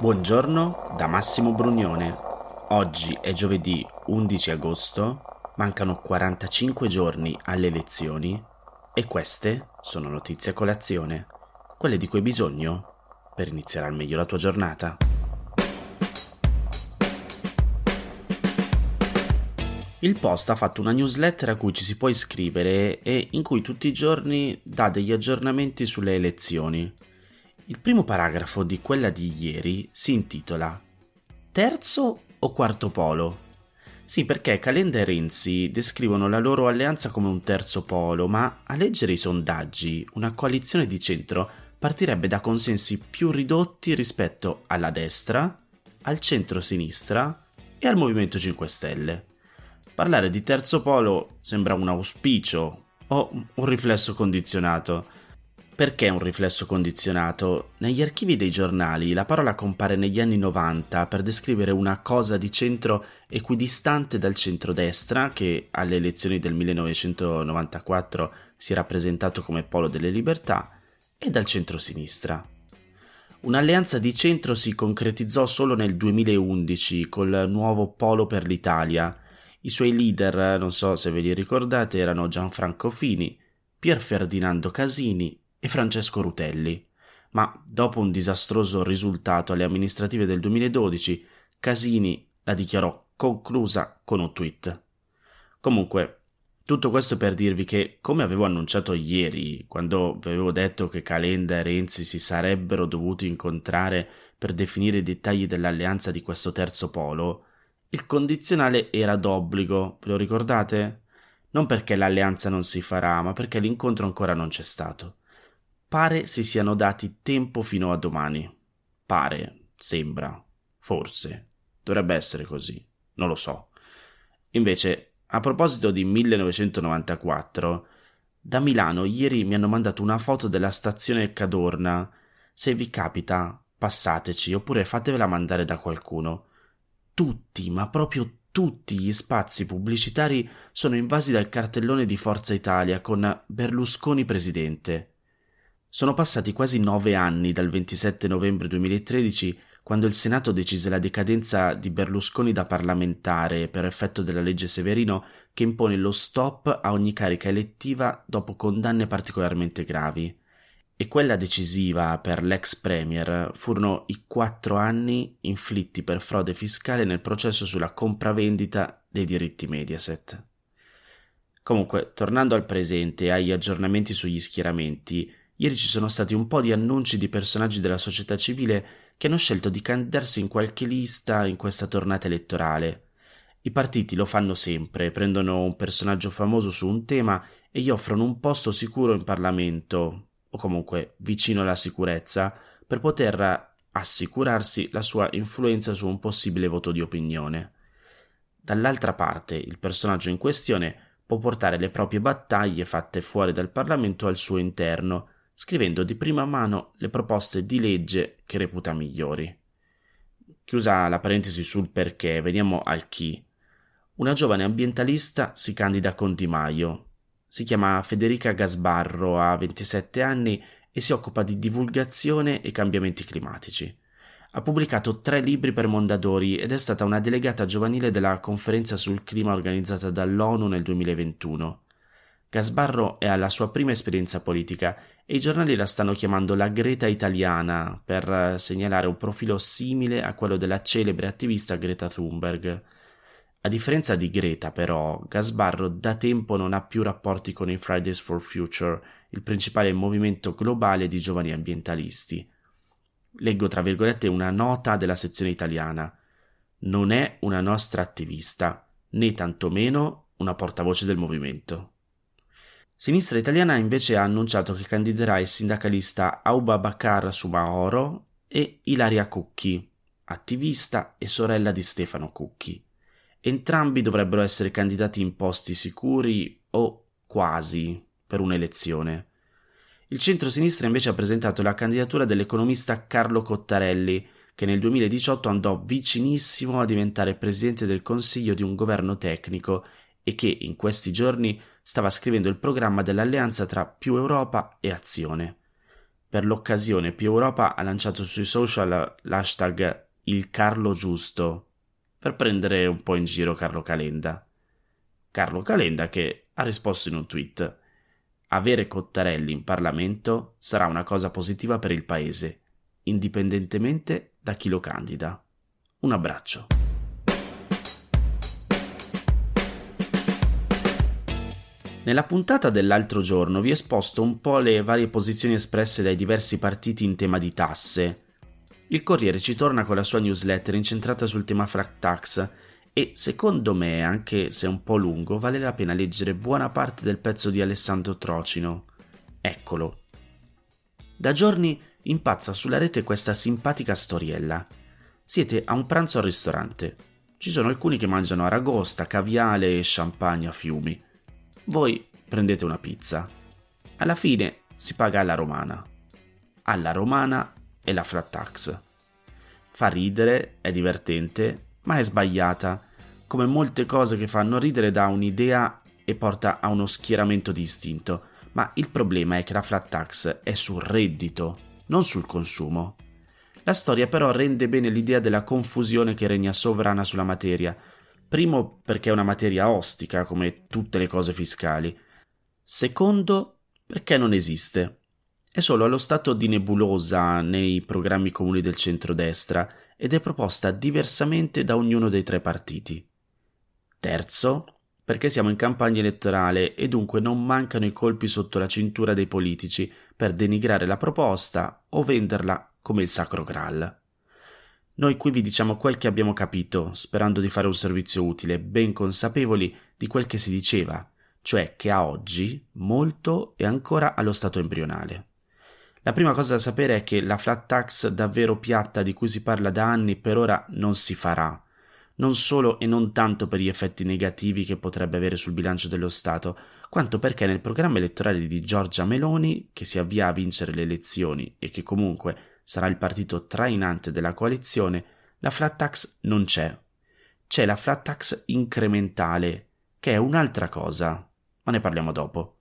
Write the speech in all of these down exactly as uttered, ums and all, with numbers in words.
Buongiorno da Massimo Brugnone. Oggi è giovedì undici agosto, mancano quarantacinque giorni alle elezioni e queste sono notizie a colazione, quelle di cui hai bisogno per iniziare al meglio la tua giornata. Il Post ha fatto una newsletter a cui ci si può iscrivere e in cui tutti i giorni dà degli aggiornamenti sulle elezioni. Il primo paragrafo di quella di ieri si intitola Terzo o quarto polo? Sì, perché Calenda e Renzi descrivono la loro alleanza come un terzo polo, ma a leggere i sondaggi, una coalizione di centro partirebbe da consensi più ridotti rispetto alla destra, al centro-sinistra e al Movimento cinque Stelle. Parlare di terzo polo sembra un auspicio o un riflesso condizionato. Perché un riflesso condizionato? Negli archivi dei giornali la parola compare negli anni novanta per descrivere una cosa di centro equidistante dal centrodestra, che alle elezioni del millenovecentonovantaquattro si è rappresentato come polo delle libertà, e dal centrosinistra. Un'alleanza di centro si concretizzò solo nel duemilaundici col nuovo Polo per l'Italia. I suoi leader, non so se ve li ricordate, erano Gianfranco Fini, Pier Ferdinando Casini e Francesco Rutelli, ma dopo un disastroso risultato alle amministrative del duemiladodici, Casini la dichiarò conclusa con un tweet. Comunque, tutto questo per dirvi che, come avevo annunciato ieri, quando vi avevo detto che Calenda e Renzi si sarebbero dovuti incontrare per definire i dettagli dell'alleanza di questo terzo polo, il condizionale era d'obbligo, ve lo ricordate? Non perché l'alleanza non si farà, ma perché l'incontro ancora non c'è stato. Pare si siano dati tempo fino a domani. Pare, sembra, forse. Dovrebbe essere così, non lo so. Invece, a proposito di millenovecentonovantaquattro, da Milano ieri mi hanno mandato una foto della stazione Cadorna. Se vi capita, passateci, oppure fatevela mandare da qualcuno. Tutti, ma proprio tutti gli spazi pubblicitari sono invasi dal cartellone di Forza Italia con Berlusconi presidente. Sono passati quasi nove anni dal ventisette novembre duemilatredici, quando il Senato decise la decadenza di Berlusconi da parlamentare per effetto della legge Severino che impone lo stop a ogni carica elettiva dopo condanne particolarmente gravi. E quella decisiva per l'ex premier furono i quattro anni inflitti per frode fiscale nel processo sulla compravendita dei diritti Mediaset. Comunque, tornando al presente e agli aggiornamenti sugli schieramenti, ieri ci sono stati un po' di annunci di personaggi della società civile che hanno scelto di candidarsi in qualche lista in questa tornata elettorale. I partiti lo fanno sempre, prendono un personaggio famoso su un tema e gli offrono un posto sicuro in Parlamento, o comunque vicino alla sicurezza, per poter assicurarsi la sua influenza su un possibile voto di opinione. Dall'altra parte, il personaggio in questione può portare le proprie battaglie fatte fuori dal Parlamento al suo interno, scrivendo di prima mano le proposte di legge che reputa migliori. Chiusa la parentesi sul perché, veniamo al chi. Una giovane ambientalista si candida con Di Maio. Si chiama Federica Gasbarro, ha ventisette anni e si occupa di divulgazione e cambiamenti climatici. Ha pubblicato tre libri per Mondadori ed è stata una delegata giovanile della conferenza sul clima organizzata dall'ONU nel duemilaventuno. Gasbarro è alla sua prima esperienza politica e i giornali la stanno chiamando la Greta italiana per segnalare un profilo simile a quello della celebre attivista Greta Thunberg. A differenza di Greta, però, Gasbarro da tempo non ha più rapporti con i Fridays for Future, il principale movimento globale di giovani ambientalisti. Leggo tra virgolette una nota della sezione italiana. Non è una nostra attivista, né tantomeno una portavoce del movimento. Sinistra Italiana invece ha annunciato che candiderà il sindacalista Abubakar Soumahoro e Ilaria Cucchi, attivista e sorella di Stefano Cucchi. Entrambi dovrebbero essere candidati in posti sicuri o quasi per un'elezione. Il centro-sinistra invece ha presentato la candidatura dell'economista Carlo Cottarelli, che nel duemiladiciotto andò vicinissimo a diventare presidente del Consiglio di un governo tecnico e che in questi giorni stava scrivendo il programma dell'alleanza tra Più Europa e Azione. Per l'occasione Più Europa ha lanciato sui social l'hashtag il Carlo giusto per prendere un po' in giro Carlo Calenda. Carlo Calenda che ha risposto in un tweet: avere Cottarelli in Parlamento sarà una cosa positiva per il paese, indipendentemente da chi lo candida. Un abbraccio. Nella puntata dell'altro giorno vi ho esposto un po' le varie posizioni espresse dai diversi partiti in tema di tasse. Il Corriere ci torna con la sua newsletter incentrata sul tema flat tax e, secondo me, anche se un po' lungo, vale la pena leggere buona parte del pezzo di Alessandro Trocino. Eccolo. Da giorni impazza sulla rete questa simpatica storiella. Siete a un pranzo al ristorante. Ci sono alcuni che mangiano aragosta, caviale e champagne a fiumi. Voi prendete una pizza. Alla fine si paga alla romana. Alla romana e la flat tax. Fa ridere, è divertente, ma è sbagliata. Come molte cose che fanno ridere dà un'idea e porta a uno schieramento distinto. Ma il problema è che la flat tax è sul reddito, non sul consumo. La storia però rende bene l'idea della confusione che regna sovrana sulla materia. Primo, perché è una materia ostica, come tutte le cose fiscali. Secondo, perché non esiste. È solo allo stato di nebulosa nei programmi comuni del centrodestra ed è proposta diversamente da ognuno dei tre partiti. Terzo, perché siamo in campagna elettorale e dunque non mancano i colpi sotto la cintura dei politici per denigrare la proposta o venderla come il sacro Graal. Noi qui vi diciamo quel che abbiamo capito, sperando di fare un servizio utile, ben consapevoli di quel che si diceva, cioè che a oggi molto è ancora allo stato embrionale. La prima cosa da sapere è che la flat tax davvero piatta di cui si parla da anni per ora non si farà, non solo e non tanto per gli effetti negativi che potrebbe avere sul bilancio dello Stato, quanto perché nel programma elettorale di Giorgia Meloni, che si avvia a vincere le elezioni e che comunque sarà il partito trainante della coalizione, la flat tax non c'è. C'è la flat tax incrementale, che è un'altra cosa, ma ne parliamo dopo.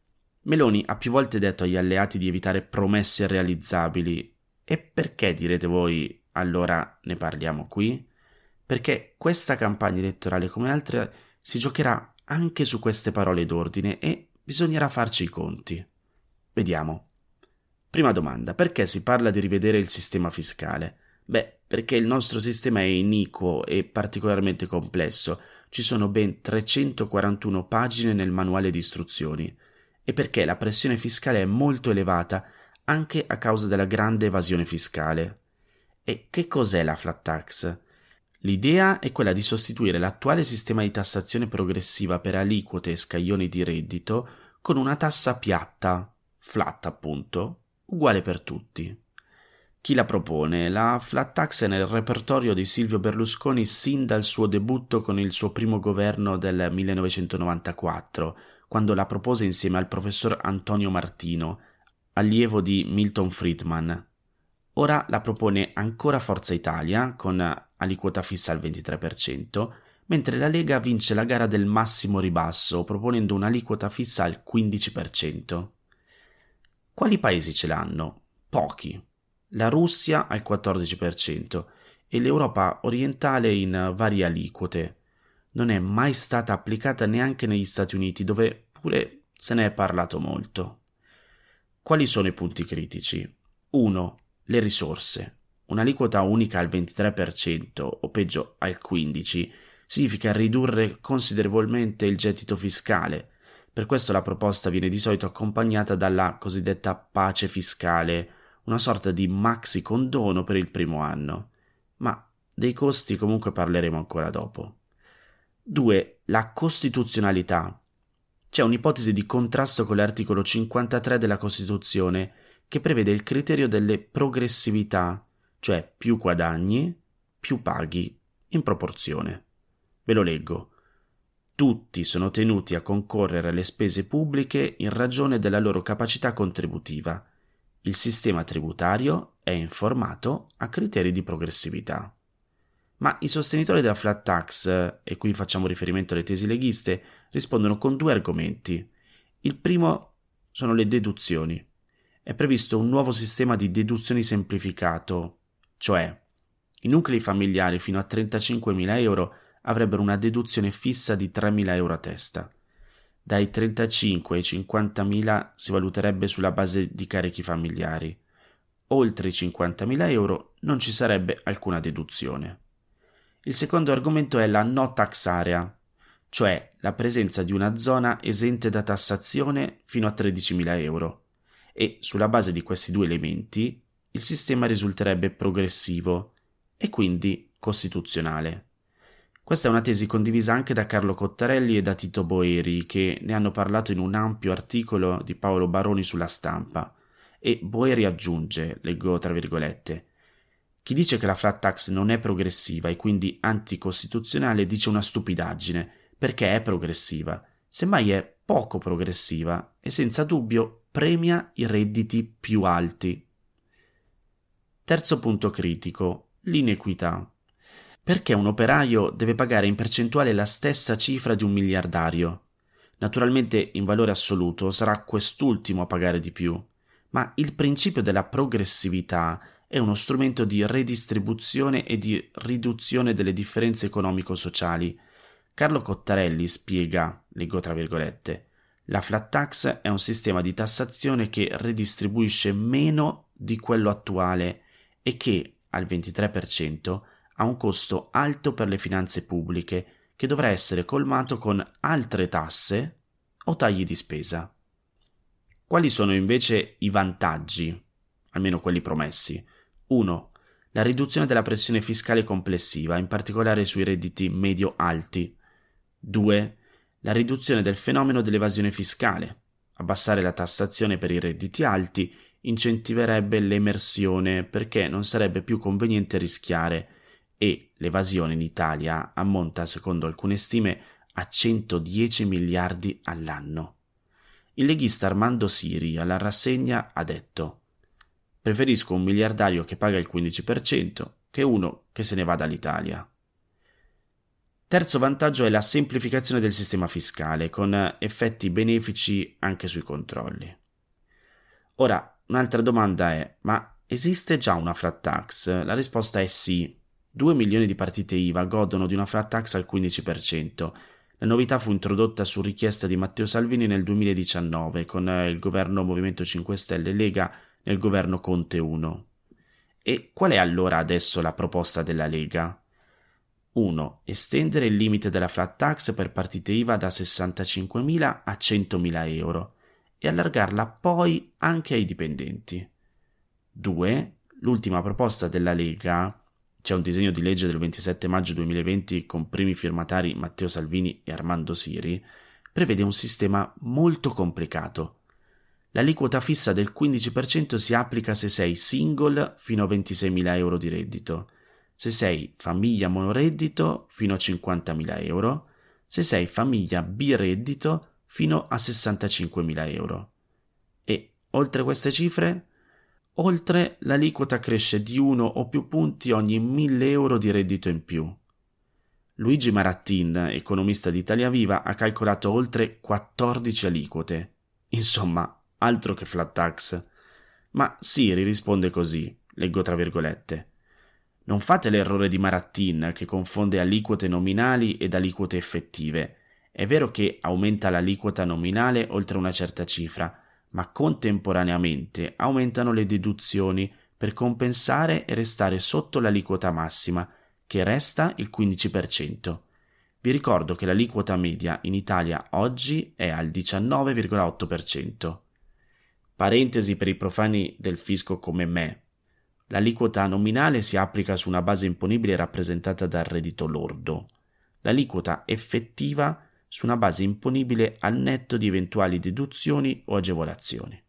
Meloni ha più volte detto agli alleati di evitare promesse irrealizzabili. E perché, direte voi, allora ne parliamo qui? Perché questa campagna elettorale, come altre, si giocherà anche su queste parole d'ordine e bisognerà farci i conti. Vediamo. Prima domanda, perché si parla di rivedere il sistema fiscale? Beh, perché il nostro sistema è iniquo e particolarmente complesso. Ci sono ben trecentoquarantuno pagine nel manuale di istruzioni e perché la pressione fiscale è molto elevata anche a causa della grande evasione fiscale. E che cos'è la flat tax? L'idea è quella di sostituire l'attuale sistema di tassazione progressiva per aliquote e scaglioni di reddito con una tassa piatta, flat appunto, uguale per tutti. Chi la propone? La flat tax è nel repertorio di Silvio Berlusconi sin dal suo debutto con il suo primo governo del millenovecentonovantaquattro, quando la propose insieme al professor Antonio Martino, allievo di Milton Friedman. Ora la propone ancora Forza Italia, con aliquota fissa al ventitré per cento, mentre la Lega vince la gara del massimo ribasso, proponendo un'aliquota fissa al quindici per cento. Quali paesi ce l'hanno? Pochi. La Russia al quattordici per cento e l'Europa orientale in varie aliquote. Non è mai stata applicata neanche negli Stati Uniti, dove pure se ne è parlato molto. Quali sono i punti critici? uno. Le risorse. Un'aliquota unica al ventitré per cento o peggio al quindici per cento significa ridurre considerevolmente il gettito fiscale. Per questo la proposta viene di solito accompagnata dalla cosiddetta pace fiscale, una sorta di maxi condono per il primo anno. Ma dei costi comunque parleremo ancora dopo. due. La costituzionalità. C'è un'ipotesi di contrasto con l'articolo cinquantatré della Costituzione che prevede il criterio delle progressività, cioè più guadagni, più paghi, in proporzione. Ve lo leggo. Tutti sono tenuti a concorrere alle spese pubbliche in ragione della loro capacità contributiva. Il sistema tributario è informato a criteri di progressività. Ma i sostenitori della flat tax, e qui facciamo riferimento alle tesi leghiste, rispondono con due argomenti. Il primo sono le deduzioni. è previsto un nuovo sistema di deduzioni semplificato, cioè i nuclei familiari fino a trentacinquemila euro avrebbero una deduzione fissa di tremila euro a testa. Dai trentacinque ai cinquantamila si valuterebbe sulla base di carichi familiari. Oltre i cinquantamila euro non ci sarebbe alcuna deduzione. Il secondo argomento è la no tax area, cioè la presenza di una zona esente da tassazione fino a tredicimila euro. E sulla base di questi due elementi il sistema risulterebbe progressivo e quindi costituzionale. Questa è una tesi condivisa anche da Carlo Cottarelli e da Tito Boeri, che ne hanno parlato in un ampio articolo di Paolo Baroni sulla Stampa. E Boeri aggiunge, leggo tra virgolette, chi dice che la flat tax non è progressiva e quindi anticostituzionale dice una stupidaggine, perché è progressiva, semmai è poco progressiva e senza dubbio premia i redditi più alti. Terzo punto critico, l'inequità. Perché un operaio deve pagare in percentuale la stessa cifra di un miliardario? Naturalmente in valore assoluto sarà quest'ultimo a pagare di più, ma il principio della progressività è uno strumento di redistribuzione e di riduzione delle differenze economico-sociali. Carlo Cottarelli spiega, leggo tra virgolette, la flat tax è un sistema di tassazione che redistribuisce meno di quello attuale e che, al ventitré per cento, ha un costo alto per le finanze pubbliche che dovrà essere colmato con altre tasse o tagli di spesa. Quali sono invece i vantaggi, almeno quelli promessi? uno. La riduzione della pressione fiscale complessiva, in particolare sui redditi medio-alti. due. La riduzione del fenomeno dell'evasione fiscale. Abbassare la tassazione per i redditi alti incentiverebbe l'emersione perché non sarebbe più conveniente rischiare e l'evasione in Italia ammonta, secondo alcune stime, a centodieci miliardi all'anno. Il leghista Armando Siri alla rassegna ha detto: preferisco un miliardario che paga il quindici per cento che uno che se ne va dall'Italia. Terzo vantaggio è la semplificazione del sistema fiscale, con effetti benefici anche sui controlli. Ora, un'altra domanda è: ma esiste già una flat tax? La risposta è sì. due milioni di partite I V A godono di una flat tax al quindici per cento. La novità fu introdotta su richiesta di Matteo Salvini nel duemiladiciannove con il governo Movimento cinque Stelle Lega nel governo Conte uno. E qual è allora adesso la proposta della Lega? uno. Estendere il limite della flat tax per partite I V A da sessantacinquemila a centomila euro e allargarla poi anche ai dipendenti. due. L'ultima proposta della Lega, c'è un disegno di legge del ventisette maggio duemilaventi con primi firmatari Matteo Salvini e Armando Siri, prevede un sistema molto complicato. L'aliquota fissa del quindici per cento si applica se sei single fino a ventiseimila euro di reddito, se sei famiglia monoreddito fino a cinquantamila euro, se sei famiglia bireddito fino a sessantacinquemila euro. E, oltre queste cifre, oltre l'aliquota cresce di uno o più punti ogni mille euro di reddito in più. Luigi Marattin, economista di Italia Viva, ha calcolato oltre quattordici aliquote. Insomma, altro che flat tax. Ma Siri risponde così, leggo tra virgolette: non fate l'errore di Marattin che confonde aliquote nominali ed aliquote effettive. È vero che aumenta l'aliquota nominale oltre una certa cifra, ma contemporaneamente aumentano le deduzioni per compensare e restare sotto l'aliquota massima, che resta il quindici per cento. Vi ricordo che l'aliquota media in Italia oggi è al diciannove virgola otto per cento. Parentesi per i profani del fisco come me. L'aliquota nominale si applica su una base imponibile rappresentata dal reddito lordo. L'aliquota effettiva su una base imponibile al netto di eventuali deduzioni o agevolazioni.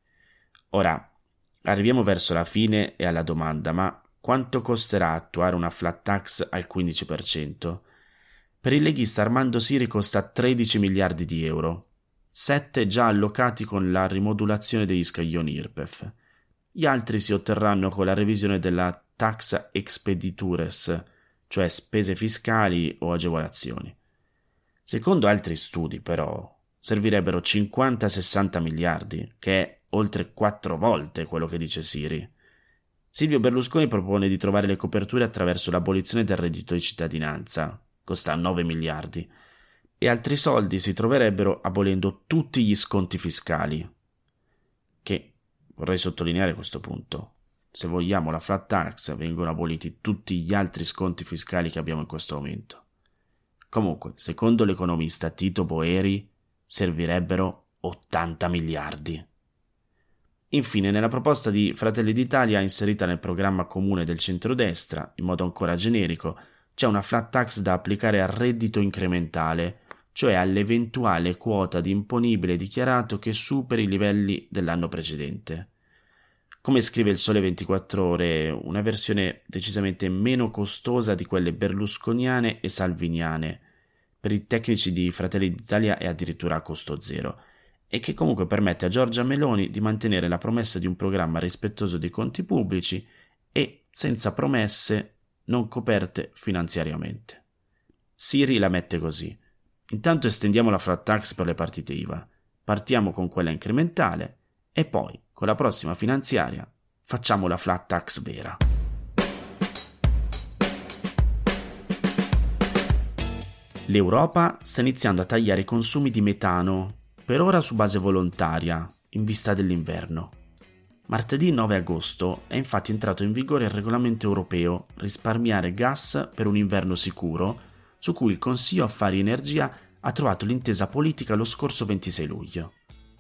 Ora, arriviamo verso la fine e alla domanda: ma quanto costerà attuare una flat tax al quindici per cento? Per il leghista Armando Siri costa tredici miliardi di euro, sette già allocati con la rimodulazione degli scaglioni I R P E F. Gli altri si otterranno con la revisione della tax expeditures, cioè spese fiscali o agevolazioni. Secondo altri studi, però, servirebbero cinquanta sessanta miliardi, che è oltre quattro volte quello che dice Siri. Silvio Berlusconi propone di trovare le coperture attraverso l'abolizione del reddito di cittadinanza, costa nove miliardi, e altri soldi si troverebbero abolendo tutti gli sconti fiscali. Che, vorrei sottolineare questo punto, se vogliamo la flat tax vengono aboliti tutti gli altri sconti fiscali che abbiamo in questo momento. Comunque, secondo l'economista Tito Boeri, servirebbero ottanta miliardi. Infine, nella proposta di Fratelli d'Italia inserita nel programma comune del centrodestra, in modo ancora generico, c'è una flat tax da applicare al reddito incrementale, cioè all'eventuale quota di imponibile dichiarato che superi i livelli dell'anno precedente. Come scrive il Sole ventiquattro Ore, una versione decisamente meno costosa di quelle berlusconiane e salviniane. Per i tecnici di Fratelli d'Italia è addirittura a costo zero, e che comunque permette a Giorgia Meloni di mantenere la promessa di un programma rispettoso dei conti pubblici e senza promesse non coperte finanziariamente. Siri la mette così: intanto estendiamo la flat tax per le partite I V A, partiamo con quella incrementale e poi, con la prossima finanziaria, facciamo la flat tax vera. L'Europa sta iniziando a tagliare i consumi di metano, per ora su base volontaria, in vista dell'inverno. Martedì nove agosto è infatti entrato in vigore il regolamento europeo Risparmiare gas per un inverno sicuro, su cui il Consiglio Affari Energia ha trovato l'intesa politica lo scorso ventisei luglio.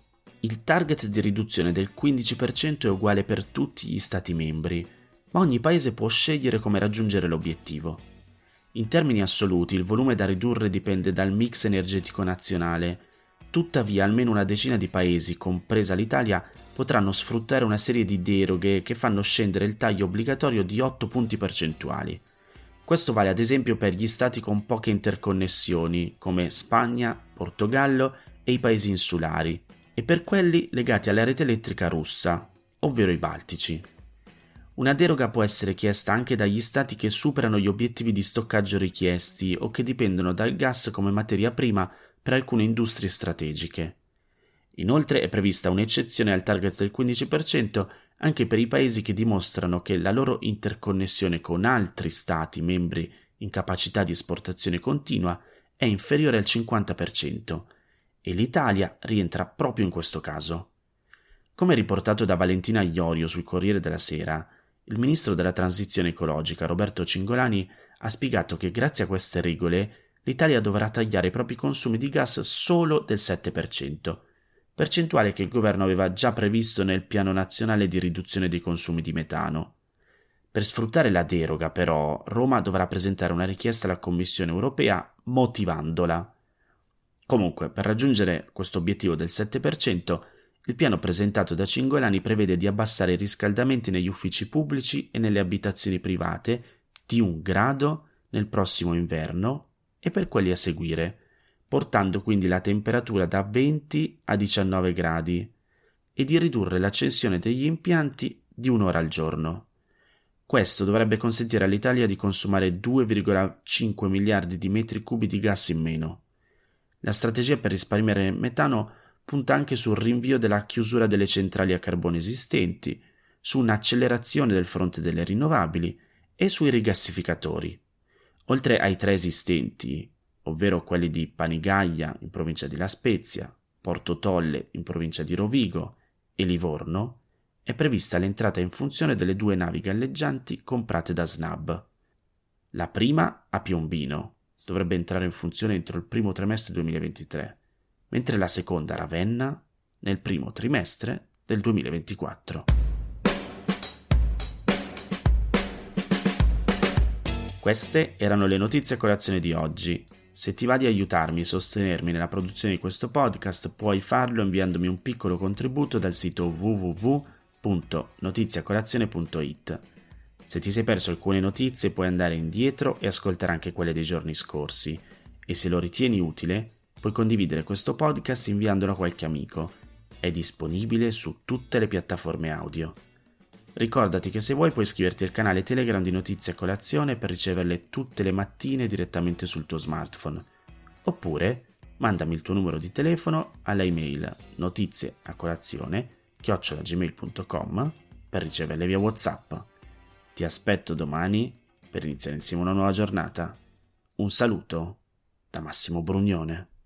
Il target di riduzione del quindici per cento è uguale per tutti gli Stati membri, ma ogni paese può scegliere come raggiungere l'obiettivo. In termini assoluti il volume da ridurre dipende dal mix energetico nazionale. Tuttavia almeno una decina di paesi, compresa l'Italia, potranno sfruttare una serie di deroghe che fanno scendere il taglio obbligatorio di otto punti percentuali. Questo vale ad esempio per gli stati con poche interconnessioni, come Spagna, Portogallo e i paesi insulari, e per quelli legati alla rete elettrica russa, ovvero i baltici. Una deroga può essere chiesta anche dagli stati che superano gli obiettivi di stoccaggio richiesti o che dipendono dal gas come materia prima per alcune industrie strategiche. Inoltre è prevista un'eccezione al target del quindici per cento anche per i paesi che dimostrano che la loro interconnessione con altri stati membri in capacità di esportazione continua è inferiore al cinquanta per cento, e l'Italia rientra proprio in questo caso. Come riportato da Valentina Iorio sul Corriere della Sera, il ministro della transizione ecologica Roberto Cingolani ha spiegato che grazie a queste regole l'Italia dovrà tagliare i propri consumi di gas solo del sette per cento, percentuale che il governo aveva già previsto nel Piano Nazionale di riduzione dei consumi di metano. Per sfruttare la deroga, però, Roma dovrà presentare una richiesta alla Commissione europea motivandola. Comunque, per raggiungere questo obiettivo del sette per cento, il piano presentato da Cingolani prevede di abbassare i riscaldamenti negli uffici pubblici e nelle abitazioni private di un grado nel prossimo inverno e per quelli a seguire, portando quindi la temperatura da venti a diciannove gradi, e di ridurre l'accensione degli impianti di un'ora al giorno. Questo dovrebbe consentire all'Italia di consumare due virgola cinque miliardi di metri cubi di gas in meno. La strategia per risparmiare metano punta anche sul rinvio della chiusura delle centrali a carbone esistenti, su un'accelerazione del fronte delle rinnovabili e sui rigassificatori. Oltre ai tre esistenti, ovvero quelli di Panigaglia in provincia di La Spezia, Porto Tolle in provincia di Rovigo e Livorno, è prevista l'entrata in funzione delle due navi galleggianti comprate da Snab. La prima a Piombino dovrebbe entrare in funzione entro il primo trimestre duemilaventitré, mentre la seconda a Ravenna nel primo trimestre del duemilaventiquattro. Queste erano le notizie a colazione di oggi. Se ti va di aiutarmi e sostenermi nella produzione di questo podcast, puoi farlo inviandomi un piccolo contributo dal sito w w w punto notiziacolazione punto i t. Se ti sei perso alcune notizie puoi andare indietro e ascoltare anche quelle dei giorni scorsi, e se lo ritieni utile puoi condividere questo podcast inviandolo a qualche amico. È disponibile su tutte le piattaforme audio. Ricordati che se vuoi puoi iscriverti al canale Telegram di Notizie a Colazione per riceverle tutte le mattine direttamente sul tuo smartphone. Oppure mandami il tuo numero di telefono alla email notizie a colazione chiocciola gmail punto com per riceverle via WhatsApp. Ti aspetto domani per iniziare insieme una nuova giornata. Un saluto da Massimo Brugnone.